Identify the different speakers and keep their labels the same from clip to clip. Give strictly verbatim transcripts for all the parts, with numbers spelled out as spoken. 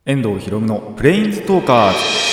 Speaker 1: 遠藤ひろむのプレインズトーカーズ。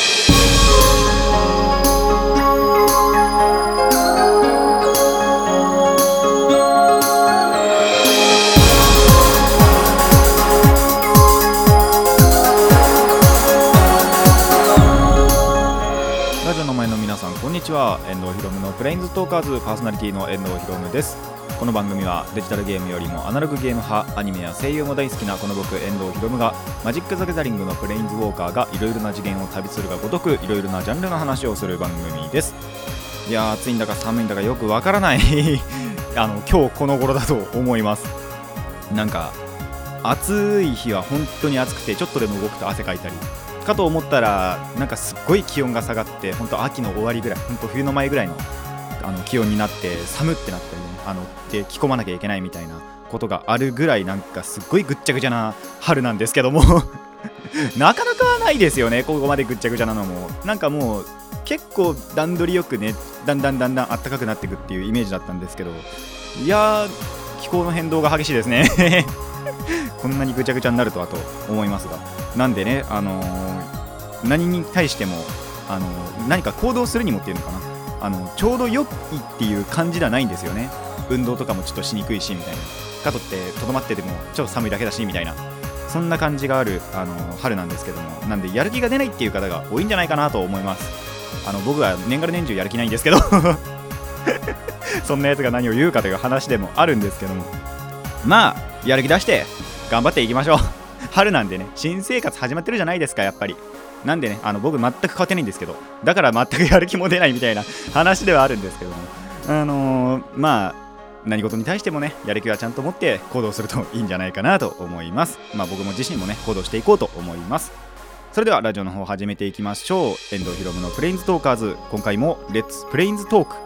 Speaker 1: ラジオの前の皆さん、こんにちは。遠藤ひろむのプレインズトーカーズパーソナリティの遠藤ひろむです。この番組はデジタルゲームよりもアナログゲーム派、アニメや声優も大好きなこの僕遠藤ひろむがマジック・ザ・ギャザリングのプレインズウォーカーがいろいろな次元を旅するがごとくいろいろなジャンルの話をする番組です。いやー、暑いんだか寒いんだかよくわからないあの今日この頃だと思います。なんか暑い日は本当に暑くてちょっとでも動くと汗かいたりかと思ったら、なんかすっごい気温が下がって本当秋の終わりぐらい、本当冬の前ぐらいのあの気温になって寒ってなったりね、あので着込まなきゃいけないみたいなことがあるぐらい、なんかすっごいぐっちゃぐちゃな春なんですけどもなかなかないですよね、ここまでぐっちゃぐちゃなのも。なんかもう結構段取りよくね、だんだんだんだん暖かくなっていくっていうイメージだったんですけど、いやー気候の変動が激しいですねこんなにぐちゃぐちゃになるとはと思いますが、なんでね、あのー、何に対しても、あのー、何か行動するにもっていうのかな、あのちょうど良いっていう感じではないんですよね。運動とかもちょっとしにくいしみたいな、かとってとどまっててもちょっと寒いだけだしみたいな、そんな感じがあるあの春なんですけども、なんでやる気が出ないっていう方が多いんじゃないかなと思います。あの僕は年がら年中やる気ないんですけどそんなやつが何を言うかという話でもあるんですけども、まあやる気出して頑張っていきましょう春なんでね、新生活始まってるじゃないですか、やっぱり。なんでね、あの僕全く変わってないんですけど、だから全くやる気も出ないみたいな話ではあるんですけども、あのー、まあ何事に対してもね、やる気はちゃんと持って行動するといいんじゃないかなと思います。まあ僕も自身もね行動していこうと思います。それではラジオの方始めていきましょう。遠藤ひろむのプレインズトーカーズ、今回もレッツプレインズトーク。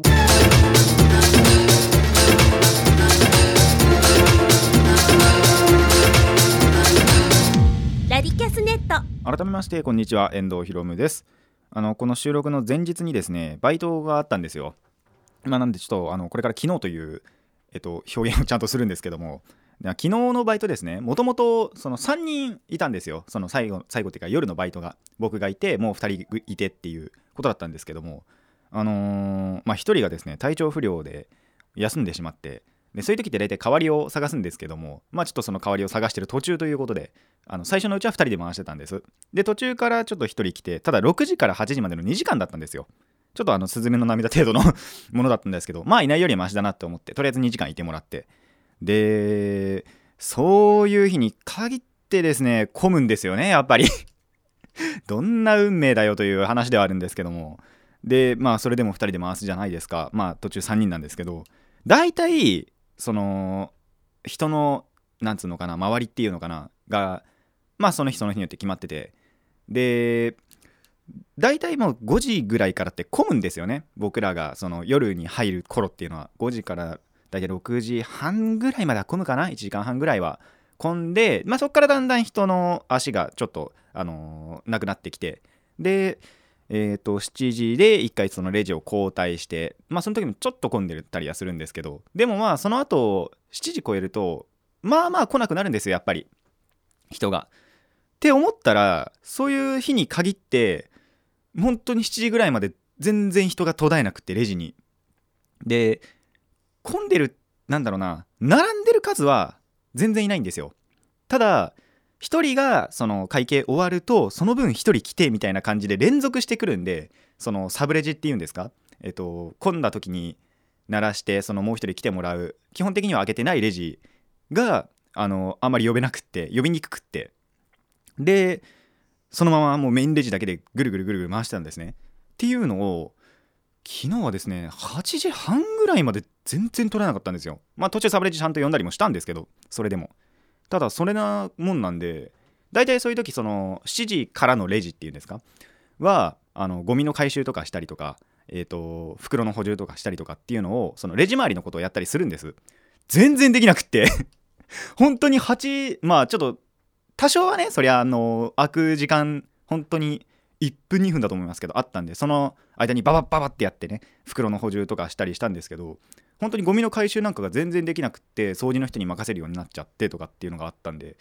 Speaker 2: ラディキャスネット。
Speaker 1: 改めましてこんにちは、遠藤ひろむです。あのこの収録の前日にですね、バイトがあったんですよ。まあ、なんでちょっとあのこれから昨日という、えっと、表現をちゃんとするんですけども、昨日のバイトですね、もともとそのさんにんいたんですよ。その最後最後っていうか夜のバイトが僕がいて、もうふたりいてっていうことだったんですけども、あのー、まあひとりがですね体調不良で休んでしまって、でそういう時って大体代わりを探すんですけども、まあちょっとその代わりを探してる途中ということで、あの最初のうちはふたりで回してたんです。で途中からちょっとひとり来て、ただろくじからはちじまでのにじかんだったんですよ。ちょっとあのスズメの涙程度のものだったんですけど、まあいないよりはマシだなって思って、とりあえずにじかんいてもらって、でそういう日に限ってですね混むんですよね、やっぱりどんな運命だよという話ではあるんですけども、でまあそれでもふたりで回すじゃないですか。まあ途中さんにんなんですけど、大体その人のなんつうのかな、周りっていうのかなが、まあその日その日によって決まってて、で大体もうごじぐらいからって混むんですよね。僕らがその夜に入る頃っていうのはごじから大体ろくじはんぐらいまでは混むかな。いちじかんはんぐらいは混んで、まあそこからだんだん人の足がちょっとあのー、なくなってきて、でえーとしちじでいっかいそのレジを交代して、まあその時もちょっと混んでたりはするんですけど、でもまあその後しちじ超えるとまあまあ来なくなるんですよ、やっぱり人が。って思ったら、そういう日に限って本当にしちじぐらいまで全然人が途絶えなくて、レジに。で混んでる、なんだろうな、並んでる数は全然いないんですよ。ただひとりがその会計終わるとその分ひとり来てみたいな感じで連続してくるんで、そのサブレジっていうんですか、えっと混んだ時に鳴らしてそのもうひとり来てもらう、基本的には開けてないレジがあのあんまり呼べなくって、呼びにくくって、でそのままもうメインレジだけでぐるぐるぐるぐる回してたんですね。っていうのを昨日はですねはちじはんぐらいまで全然取れなかったんですよ。まあ途中サブレジちゃんと呼んだりもしたんですけど、それでもただそれなもんなんで、だいたいそういう時そのしちじからのレジっていうんですかは、あのゴミの回収とかしたりとか、えーと袋の補充とかしたりとかっていうのを、そのレジ周りのことをやったりするんです。全然できなくって本当にはち、まあちょっと多少はね、そりゃあの空く時間本当にいっぷんにふんだと思いますけどあったんで、その間にババッババってやってね、袋の補充とかしたりしたんですけど、本当にゴミの回収なんかが全然できなくって、掃除の人に任せるようになっちゃってとかっていうのがあったんで、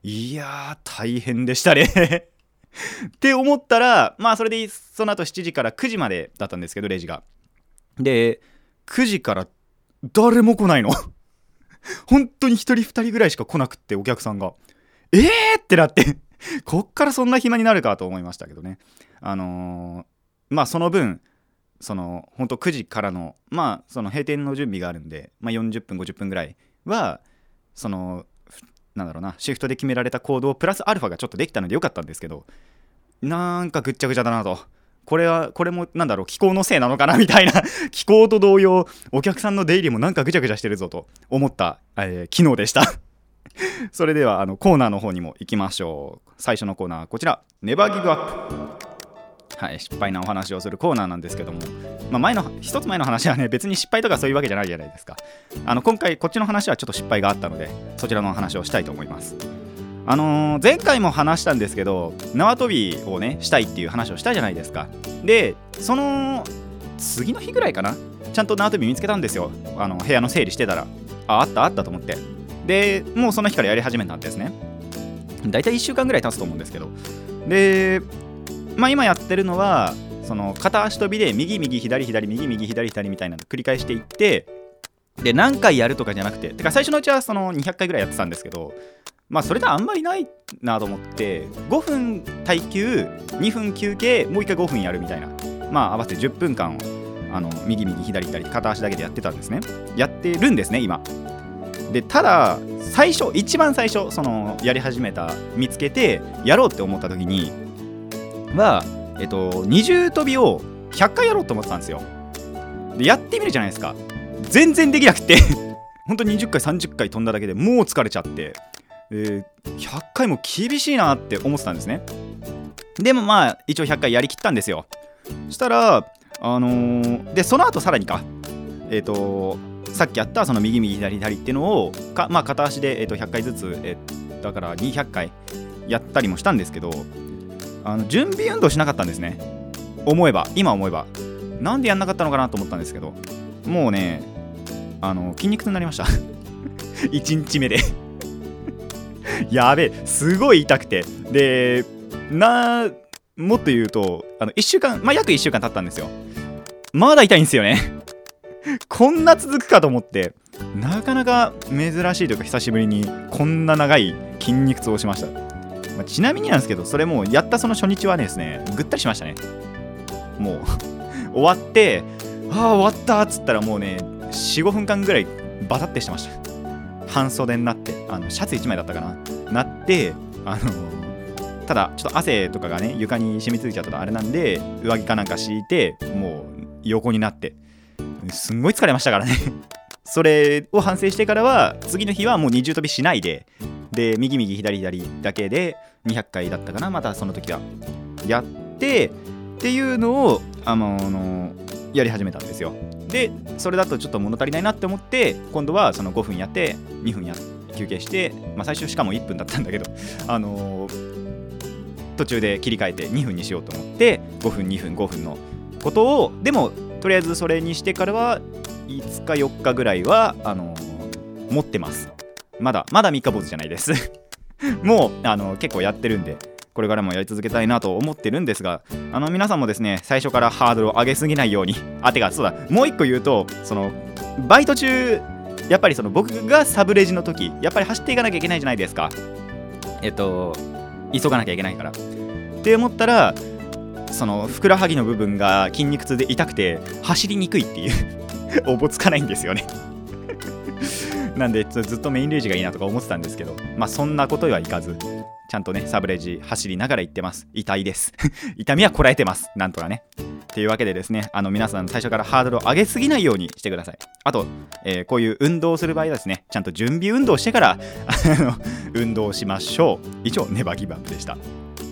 Speaker 1: いやー大変でしたねって思ったら、まあそれでその後しちじからくじまでだったんですけど、レジが。でくじから誰も来ないの本当にひとりふたりぐらいしか来なくって、お客さんがえーってなってこっからそんな暇になるかと思いましたけどね。あのー、まあその分その本当くじからのまあその閉店の準備があるんで、まあ、よんじゅっぷんごじゅっぷんぐらいはそのなんだろうな、シフトで決められた行動プラスアルファがちょっとできたのでよかったんですけど、なんかぐっちゃぐちゃだなと。これはこれもなんだろう、気候のせいなのかなみたいな気候と同様お客さんの出入りもなんかぐちゃぐちゃしてるぞと思った、えー、昨日でしたそれではあのコーナーの方にも行きましょう。最初のコーナーこちら、ネバーギブアップ。はい、失敗なお話をするコーナーなんですけども、まあ、前の一つ前の話はね別に失敗とかそういうわけじゃないじゃないですか。あの今回こっちの話はちょっと失敗があったのでそちらの話をしたいと思います。あのー、前回も話したんですけど縄跳びをねしたいっていう話をしたじゃないですか。でその次の日ぐらいかな、ちゃんと縄跳び見つけたんですよ。あの部屋の整理してたら あ, あったあったと思って、でもうその日からやり始めたんですね。だいたいいっしゅうかんぐらい経つと思うんですけど、でまあ今やってるのはその片足跳びで右右左左右右左左みたいなの繰り返していって、で何回やるとかじゃなくて、てか最初のうちはそのにひゃっかいぐらいやってたんですけど、まあそれであんまりないなと思ってごふん耐久にふん休憩もういっかいごふんやるみたいな、まあ合わせてじゅっぷんかんをあの右右左左片足だけでやってたんですね。やってるんですね今で。ただ最初一番最初そのやり始めた見つけてやろうって思った時には、えっと、二重跳びをひゃっかいやろうと思ってたんですよ。でやってみるじゃないですか。全然できなくて本当ににじゅっかいさんじゅっかい飛んだだけでもう疲れちゃって、えー、ひゃっかいも厳しいなって思ってたんですね。でもまあ一応ひゃっかいやりきったんですよ。そしたらあのー、でその後さらにかえっ、ー、とさっきやったその右右左左っていうのをか、まあ、片足で、えー、とひゃっかいずつ、えー、だからにひゃっかいやったりもしたんですけど、あの準備運動しなかったんですね。思えば今思えばなんでやんなかったのかなと思ったんですけど、もうねあの筋肉痛になりましたいちにちめでやべえすごい痛くて、でなもっと言うとあのいっしゅうかん、まあ、約いっしゅうかん経ったんですよ。まだ痛いんですよねこんな続くかと思って、なかなか珍しいというか久しぶりにこんな長い筋肉痛をしました。まあ、ちなみになんですけど、それもうやったその初日はですねぐったりしましたね。もう終わってああ終わったっつったらもうね よん,ご 分間ぐらいバタってしてました。半袖になってあのシャツいちまいだったかななってあのー、ただちょっと汗とかがね床に染みついちゃったとあれなんで上着かなんか敷いてもう横になってすんごい疲れましたからねそれを反省してからは次の日はもう二重跳びしないでで右右左左だけでにひゃっかいだったかな、またその時はやってっていうのをあのやり始めたんですよ。でそれだとちょっと物足りないなって思って今度はそのごふんやってにふんや休憩して、まあ、最初しかもいっぷんだったんだけど、あのー、途中で切り替えてにふんにしようと思ってごふんにふんごふんのことを、でもとりあえずそれにしてからはいつかよっかぐらいはあのー、持ってます。まだまだ三日坊主じゃないですもうあの結構やってるんでこれからもやり続けたいなと思ってるんですが、あの皆さんもですね最初からハードルを上げすぎないようにあてかそうだもう一個言うと、そのバイト中やっぱりその僕がサブレジの時やっぱり走っていかなきゃいけないじゃないですか。えっと急がなきゃいけないからって思ったらそのふくらはぎの部分が筋肉痛で痛くて走りにくいっていうおぼつかないんですよねなんでずっとメインレージがいいなとか思ってたんですけど、まあそんなことはいかずちゃんとねサブレジ走りながら行ってます。痛いです痛みはこらえてますなんとかね。っていうわけでですね、あの皆さん最初からハードルを上げすぎないようにしてください。あと、えー、こういう運動をする場合はですねちゃんと準備運動してからあの運動しましょう。以上ネバーギブアップでした。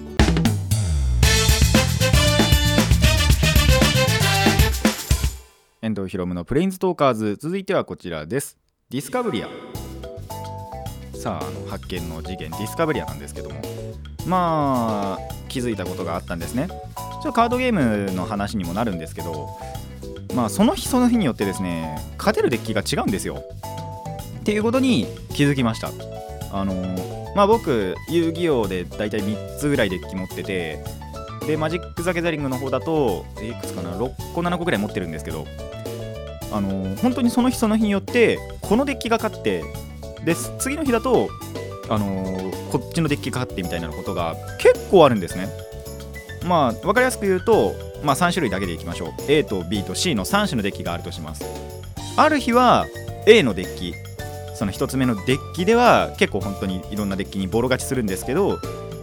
Speaker 1: 遠藤ひろむのプレインズトーカーズ、続いてはこちらです。ディスカブリア。さあ、あの発見の事件ディスカブリアなんですけども、まあ気づいたことがあったんですね。ちょっとカードゲームの話にもなるんですけど、まあその日その日によってですね勝てるデッキが違うんですよっていうことに気づきました。あのまあ僕遊戯王でだいたいみっつぐらいデッキ持ってて、でマジック・ザ・ギャザリングの方だといくつかな、ろっこななこぐらい持ってるんですけど、あのー、本当にその日その日によってこのデッキが勝って、で次の日だと、あのー、こっちのデッキが勝ってみたいなことが結構あるんですね。まあ分かりやすく言うと、まあ、さん種類だけでいきましょう。 A と B と C のさん種のデッキがあるとします。ある日は A のデッキ、そのひとつめのデッキでは結構本当にいろんなデッキにボロ勝ちするんですけど、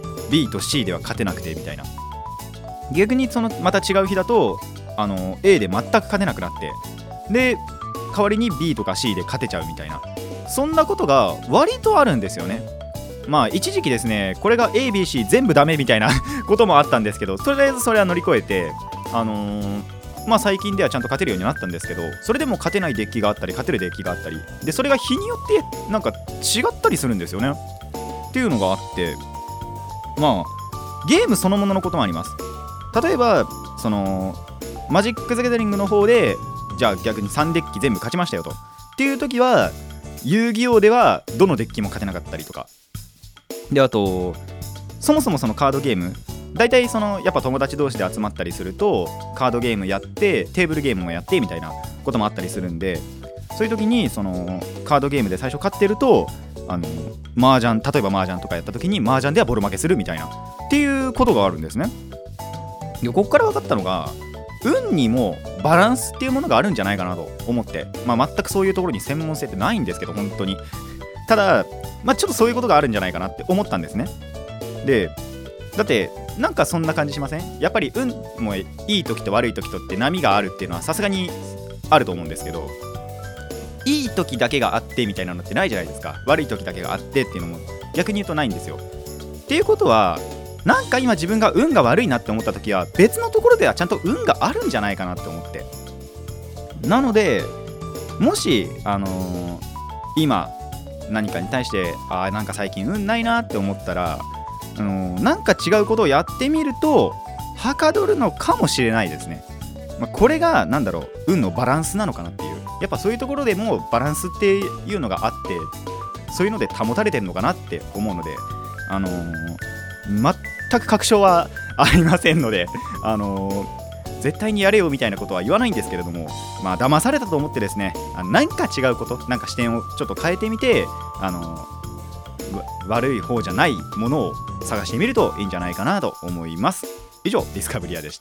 Speaker 1: B と C では勝てなくてみたいな。逆にそのまた違う日だと、あの A で全く勝てなくなって、で代わりに B とか C で勝てちゃうみたいな、そんなことが割とあるんですよね。まあ一時期ですね、これが エービーシー 全部ダメみたいなこともあったんですけど、とりあえずそれは乗り越えて、あのー、まあ最近ではちゃんと勝てるようになったんですけど、それでも勝てないデッキがあったり勝てるデッキがあったりで、それが日によってなんか違ったりするんですよねっていうのがあって、まあゲームそのもののこともあります。例えばそのマジック・ザ・ギャザリングの方で、じゃあ逆にさんデッキ全部勝ちましたよとっていう時は、遊戯王ではどのデッキも勝てなかったりとかで、あとそもそもそのカードゲーム、だいたいそのやっぱ友達同士で集まったりするとカードゲームやってテーブルゲームもやってみたいなこともあったりするんで、そういう時にそのカードゲームで最初勝ってると、あの麻雀、例えば麻雀とかやった時に麻雀ではボロ負けするみたいなっていうことがあるんですね。でここから分かったのが、運にもバランスっていうものがあるんじゃないかなと思って、まあ、全くそういうところに専門性ってないんですけど、本当にただ、まあ、ちょっとそういうことがあるんじゃないかなって思ったんですね。でだってなんかそんな感じしません？やっぱり運もいい時と悪い時とって波があるっていうのはさすがにあると思うんですけど、いい時だけがあってみたいなのってないじゃないですか。悪い時だけがあってっていうのも逆に言うとないんですよ。っていうことは、なんか今自分が運が悪いなって思った時は別のところではちゃんと運があるんじゃないかなって思って、なのでもし、あのー、今何かに対してあーなんか最近運ないなって思ったら、あのー、なんか違うことをやってみるとはかどるのかもしれないですね。まあ、これがなんだろう、運のバランスなのかなっていう、やっぱそういうところでもバランスっていうのがあって、そういうので保たれてるのかなって思うので、あのー、全く確証はありませんので、あのー、絶対にやれよみたいなことは言わないんですけれども、まあ騙されたと思ってですね、あ何か違うこと、なんか視点をちょっと変えてみて、あのー、悪い方じゃないものを探してみるといいんじゃないかなと思います。以上、ディスカブリアでした。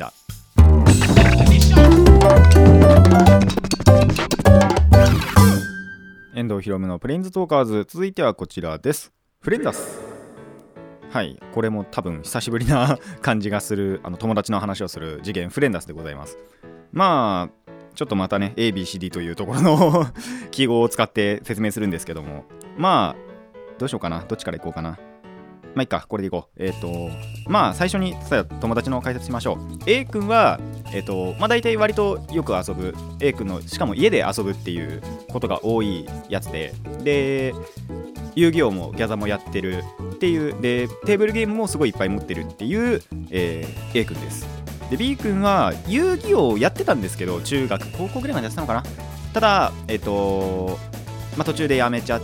Speaker 1: 遠藤ひろむのプレインズトーカーズ、続いてはこちらです。フレンダス。はい、これも多分久しぶりな感じがする、あの友達の話をする次元フレンダスでございます。まあちょっとまたね エービーシーディー というところの記号を使って説明するんですけども、まあどうしようかな、どっちからいこうかな。まあいいか、これでいこう。えっ、ー、とまあ最初にさ友達の解説しましょう。 A 君はえっ、ー、とまあ大体割とよく遊ぶ A 君の、しかも家で遊ぶっていうことが多いやつで、で遊戯王もギャザもやってるっていう、でテーブルゲームもすごいいっぱい持ってるっていう、えー、A 君です。で B 君は遊戯王やってたんですけど、中学高校ぐらいまでやってたのかな。ただえっ、ー、とまあ途中でやめちゃって、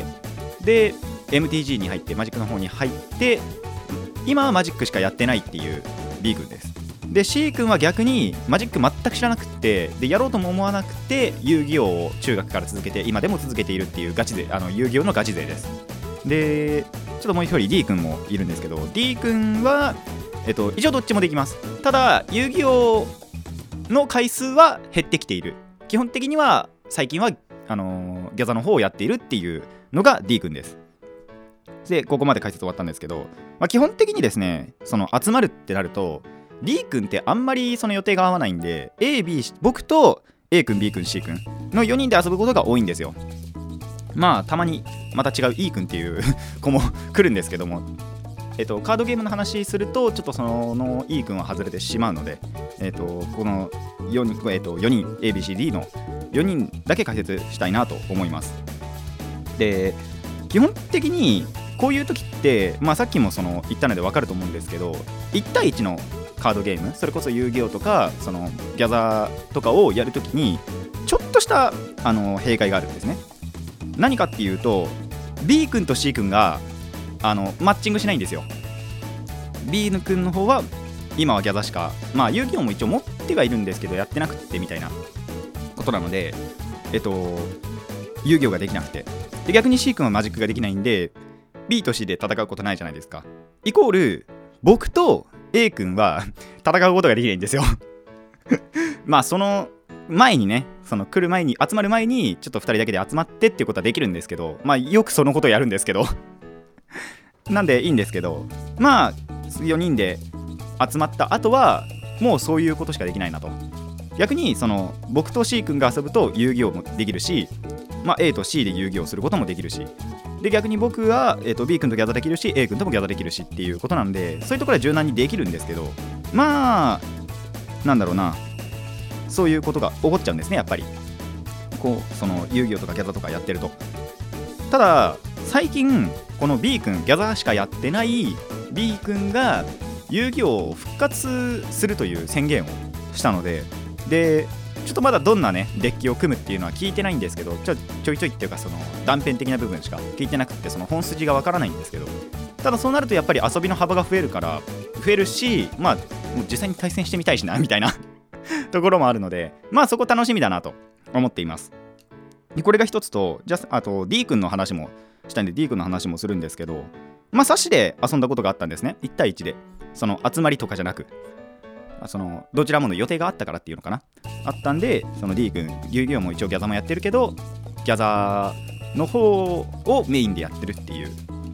Speaker 1: で エムティージー に入ってマジックの方に入って、今はマジックしかやってないっていう B 君です。で C 君は逆にマジック全く知らなくて、でやろうとも思わなくて遊戯王を中学から続けて今でも続けているっていうガチで、あの遊戯王のガチ勢です。でちょっともう一人 D 君もいるんですけど、 D 君は、えっと、一応どっちもできます。ただ遊戯王の回数は減ってきている。基本的には最近はあのー、ギャザの方をやっているっていうのが D 君です。でここまで解説終わったんですけど、まあ、基本的にですね、その集まるってなると D 君ってあんまりその予定が合わないんで、 A、B、僕と A 君 B 君 C 君のよにんで遊ぶことが多いんですよ。まあたまにまた違う E 君っていう子も来るんですけども、えっと、カードゲームの話するとちょっとその E 君は外れてしまうので、えっと、この 4, 人、えっと、よにん エービーシーディー のよにんだけ解説したいなと思います。で基本的にこういう時って、まあ、さっきもその言ったので分かると思うんですけど、いち対いちのカードゲーム、それこそ遊戯王とかそのギャザーとかをやるときにちょっとしたあの弊害があるんですね。何かっていうと B 君と C 君があのマッチングしないんですよ。 B 君の方は今はギャザしか、まあ遊戯王も一応持ってはいるんですけどやってなくってみたいなことなので、えっと遊戯王ができなくて、で逆に C 君はマジックができないんで B と C で戦うことないじゃないですか。イコール僕と A 君は戦うことができないんですよまあその前にね、その来る前に集まる前にちょっとふたりだけで集まってっていうことはできるんですけど、まあよくそのことをやるんですけどなんでいいんですけど、まあよにんで集まった後はもうそういうことしかできないなと。逆にその僕と C 君が遊ぶと遊戯王もできるし、まあ、A と C で遊戯王することもできるし、で逆に僕は、えー、と B 君とギャザできるし A 君ともギャザできるしっていうことなんで、そういうところは柔軟にできるんですけど、まあなんだろうな、そういうことが起こっちゃうんですね、やっぱりこうその遊戯王とかギャザとかやってると。ただ最近この B 君ギャザしかやってない B 君が遊戯王を復活するという宣言をしたので、でちょっとまだどんなねデッキを組むっていうのは聞いてないんですけど、ちょちょいちょいっていうかその断片的な部分しか聞いてなくて、その本筋がわからないんですけど、ただそうなるとやっぱり遊びの幅が増えるから増えるし、まあもう実際に対戦してみたいしなみたいなところもあるので、まあそこ楽しみだなと思っています。でこれが一つと、じゃああと D 君の話もしたんで D 君の話もするんですけど、まあサシで遊んだことがあったんですね。いち対いちで、その集まりとかじゃなく、そのどちらもの予定があったからっていうのかな、あったんで、その D 君遊戯王も一応ギャザもやってるけどギャザの方をメインでやってるっていう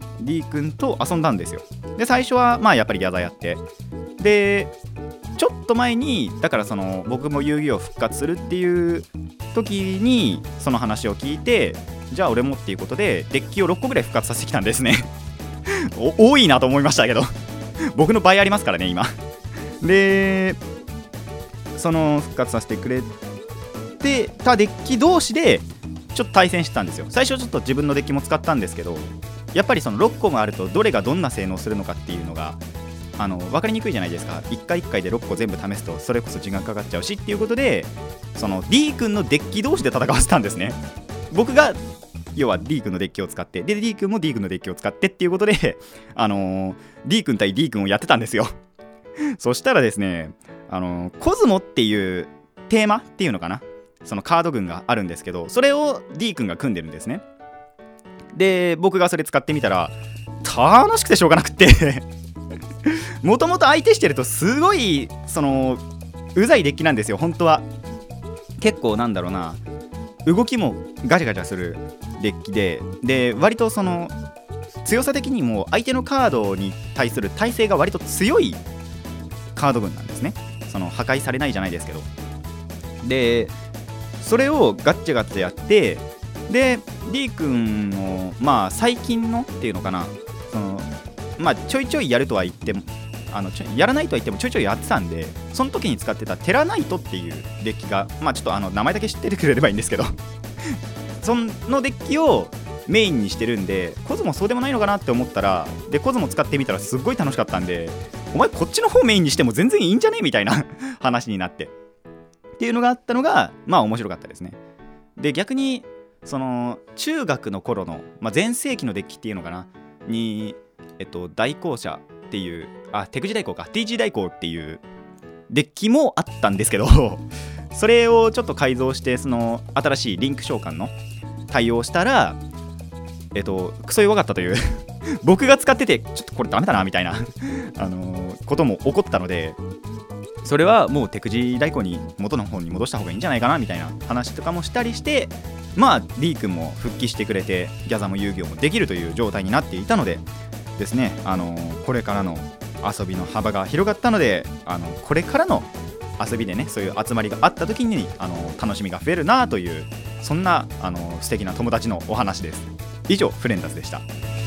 Speaker 1: D 君と遊んだんですよ。で最初はまあやっぱりギャザやって、でちょっと前にだからその僕も遊戯王復活するっていう時にその話を聞いて、じゃあ俺もっていうことでデッキをろっこぐらい復活させてきたんですねお多いなと思いましたけど僕の倍ありますからね今でその復活させてくれてたデッキ同士でちょっと対戦してたんですよ。最初ちょっと自分のデッキも使ったんですけど、やっぱりそのろっこもあるとどれがどんな性能するのかっていうのがあの分かりにくいじゃないですか。いっかいいっかいでろっこ全部試すとそれこそ時間かかっちゃうしっていうことで、その D 君のデッキ同士で戦わせたんですね。僕が要は D 君のデッキを使って、で D 君も D 君のデッキを使ってっていうことで、あのー、D 君対 D 君をやってたんですよそしたらですね、あのー、コズモっていうテーマっていうのかな、そのカード群があるんですけど、それを D 君が組んでるんですね。で僕がそれ使ってみたら楽しくてしょうがなくってもともと相手してるとすごいそのうざいデッキなんですよ本当は。結構なんだろうな、動きもガチャガチャするデッキで、で割とその強さ的にも相手のカードに対する耐性が割と強いカード群なんですね。その破壊されないじゃないですけど、でそれをガッチャガッチャやって、で D 君のまあ最近のっていうのかな、そのまあちょいちょいやるとは言ってもあのちょやらないとは言ってもちょいちょいやってたんで、その時に使ってたテラナイトっていうデッキが、まあちょっとあの名前だけ知っててくれればいいんですけどそのデッキをメインにしてるんで、コズモそうでもないのかなって思ったら、でコズモ使ってみたらすっごい楽しかったんで、お前こっちの方メインにしても全然いいんじゃねみたいな話になってっていうのがあったのがまあ面白かったですね。で逆にその中学の頃の、まあ、全盛期のデッキっていうのかなに、えっと大校舎っていうあテクジ大校か ティージー 大校っていうデッキもあったんですけどそれをちょっと改造して、その新しいリンク召喚の対応したらえっとクソ弱かったという僕が使っててちょっとこれダメだなみたいなあのー、ことも起こったので、それはもうテクジ大校に元の方に戻した方がいいんじゃないかなみたいな話とかもしたりして、まあ D 君も復帰してくれてギャザも遊戯王もできるという状態になっていたのでですね、あのー、これからの遊びの幅が広がったので、あのこれからの遊びでねそういう集まりがあった時にあの楽しみが増えるなという、そんなあの素敵な友達のお話です。以上フレンダスでした。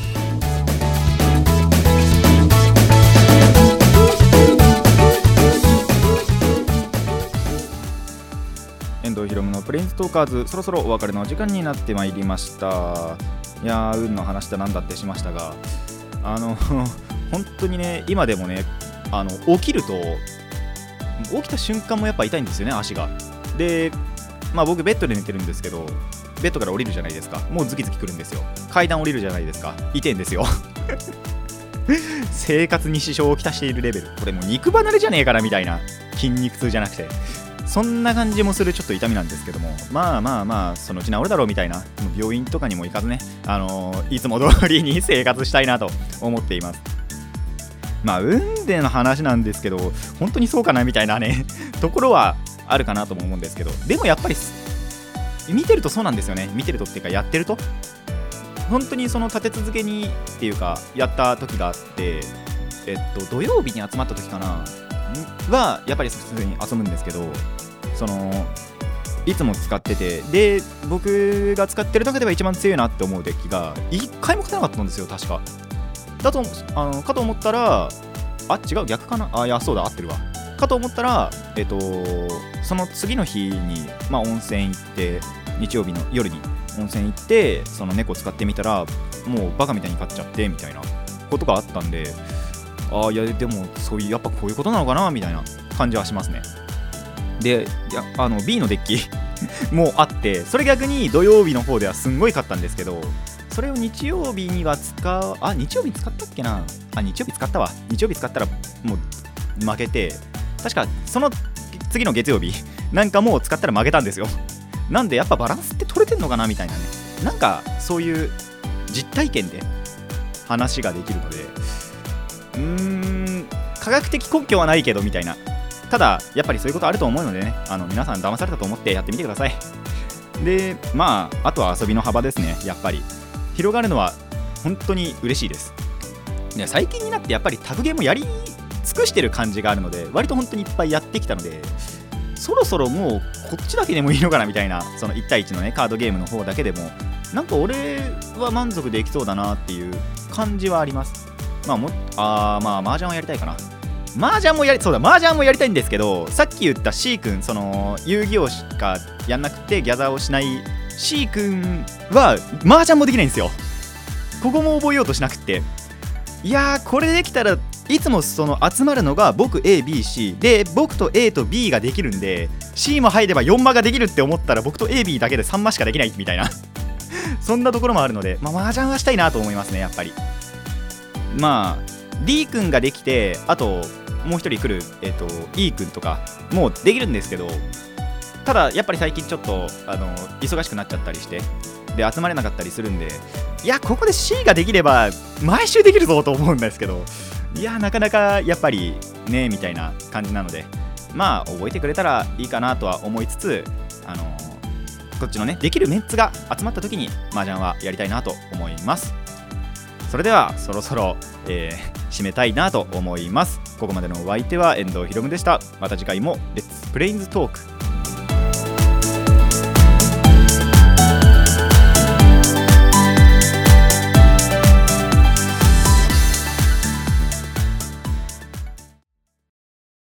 Speaker 1: 遠藤ひろむのプレインストーカーズ、そろそろお別れの時間になってまいりました。いやー運の話だなんだってしましたが、あの本当にね今でもねあの起きると起きた瞬間もやっぱ痛いんですよね足が。でまあ僕ベッドで寝てるんですけど、ベッドから降りるじゃないですか、もうズキズキくるんですよ。階段降りるじゃないですか、痛いんですよ生活に支障をきたしているレベル、これもう肉離れじゃねえからみたいな、筋肉痛じゃなくて、そんな感じもするちょっと痛みなんですけども、まあまあまあそのうち治るだろうみたいな、もう病院とかにも行かずね、あのー、いつも通りに生活したいなと思っています。まあ運での話なんですけど、本当にそうかなみたいなねところはあるかなとも思うんですけど、でもやっぱり見てるとそうなんですよね。見てるとっていうかやってると本当にその立て続けにっていうかやった時があって、えっと土曜日に集まった時かなはやっぱり普通に遊ぶんですけど、そのいつも使ってて、で僕が使ってる中では一番強いなって思うデッキがいっかいも勝てなかったんですよ確か。だとあのかと思ったら、あ違う逆かな、あいやそうだ合ってるわかと思ったら、えっとその次の日に、まあ、温泉行って、日曜日の夜に温泉行って、その猫使ってみたらもうバカみたいに勝っちゃってみたいなことがあったんで、あいやでもそういうやっぱこういうことなのかなみたいな感じはしますね。でいやあの ビー のデッキもあって、それ逆に土曜日の方ではすんごい勝ったんですけど、それを日曜日には使う、あ日曜日使ったっけな、あ日曜日使ったわ、日曜日使ったらもう負けて、確かその次の月曜日なんかもう使ったら負けたんですよ。なんでやっぱバランスって取れてんのかなみたいなね、なんかそういう実体験で話ができるので、うーん科学的根拠はないけどみたいな、ただやっぱりそういうことあると思うのでね、あの皆さん騙されたと思ってやってみてください。でまああとは遊びの幅ですね。やっぱり広がるのは本当に嬉しいです。で最近になってやっぱりタグゲームやり尽くしてる感じがあるので、割と本当にいっぱいやってきたので、そろそろもうこっちだけでもいいのかなみたいな、そのいち対いちのねカードゲームの方だけでもなんか俺は満足できそうだなっていう感じはあります。まあもあーまあ麻雀をやりたいかな。麻雀もやりそうだ麻雀もやりたいんですけど、さっき言った C 君、その遊戯王しかやんなくてギャザーをしない C 君は麻雀もできないんですよ。ここも覚えようとしなくって、いやーこれできたらいつもその集まるのが僕 A、B、C で、僕と A と B ができるんで C も入ればよんマができるって思ったら僕と エービー だけでさんマしかできないみたいなそんなところもあるので、まあ麻雀はしたいなと思いますね。やっぱりまあ D 君ができて、あともう一人来る、えーと E 君とかもうできるんですけど、ただやっぱり最近ちょっとあの忙しくなっちゃったりしてで集まれなかったりするんで、いやここで C ができれば毎週できるぞと思うんですけど、いやなかなかやっぱりねみたいな感じなので、まあ覚えてくれたらいいかなとは思いつつ、あのー、こっちのねできるメンツが集まった時に麻雀はやりたいなと思います。それではそろそろ、えー、締めたいなと思います。ここまでのお相手は遠藤ひろむでした。また次回もレッツプレインズトーク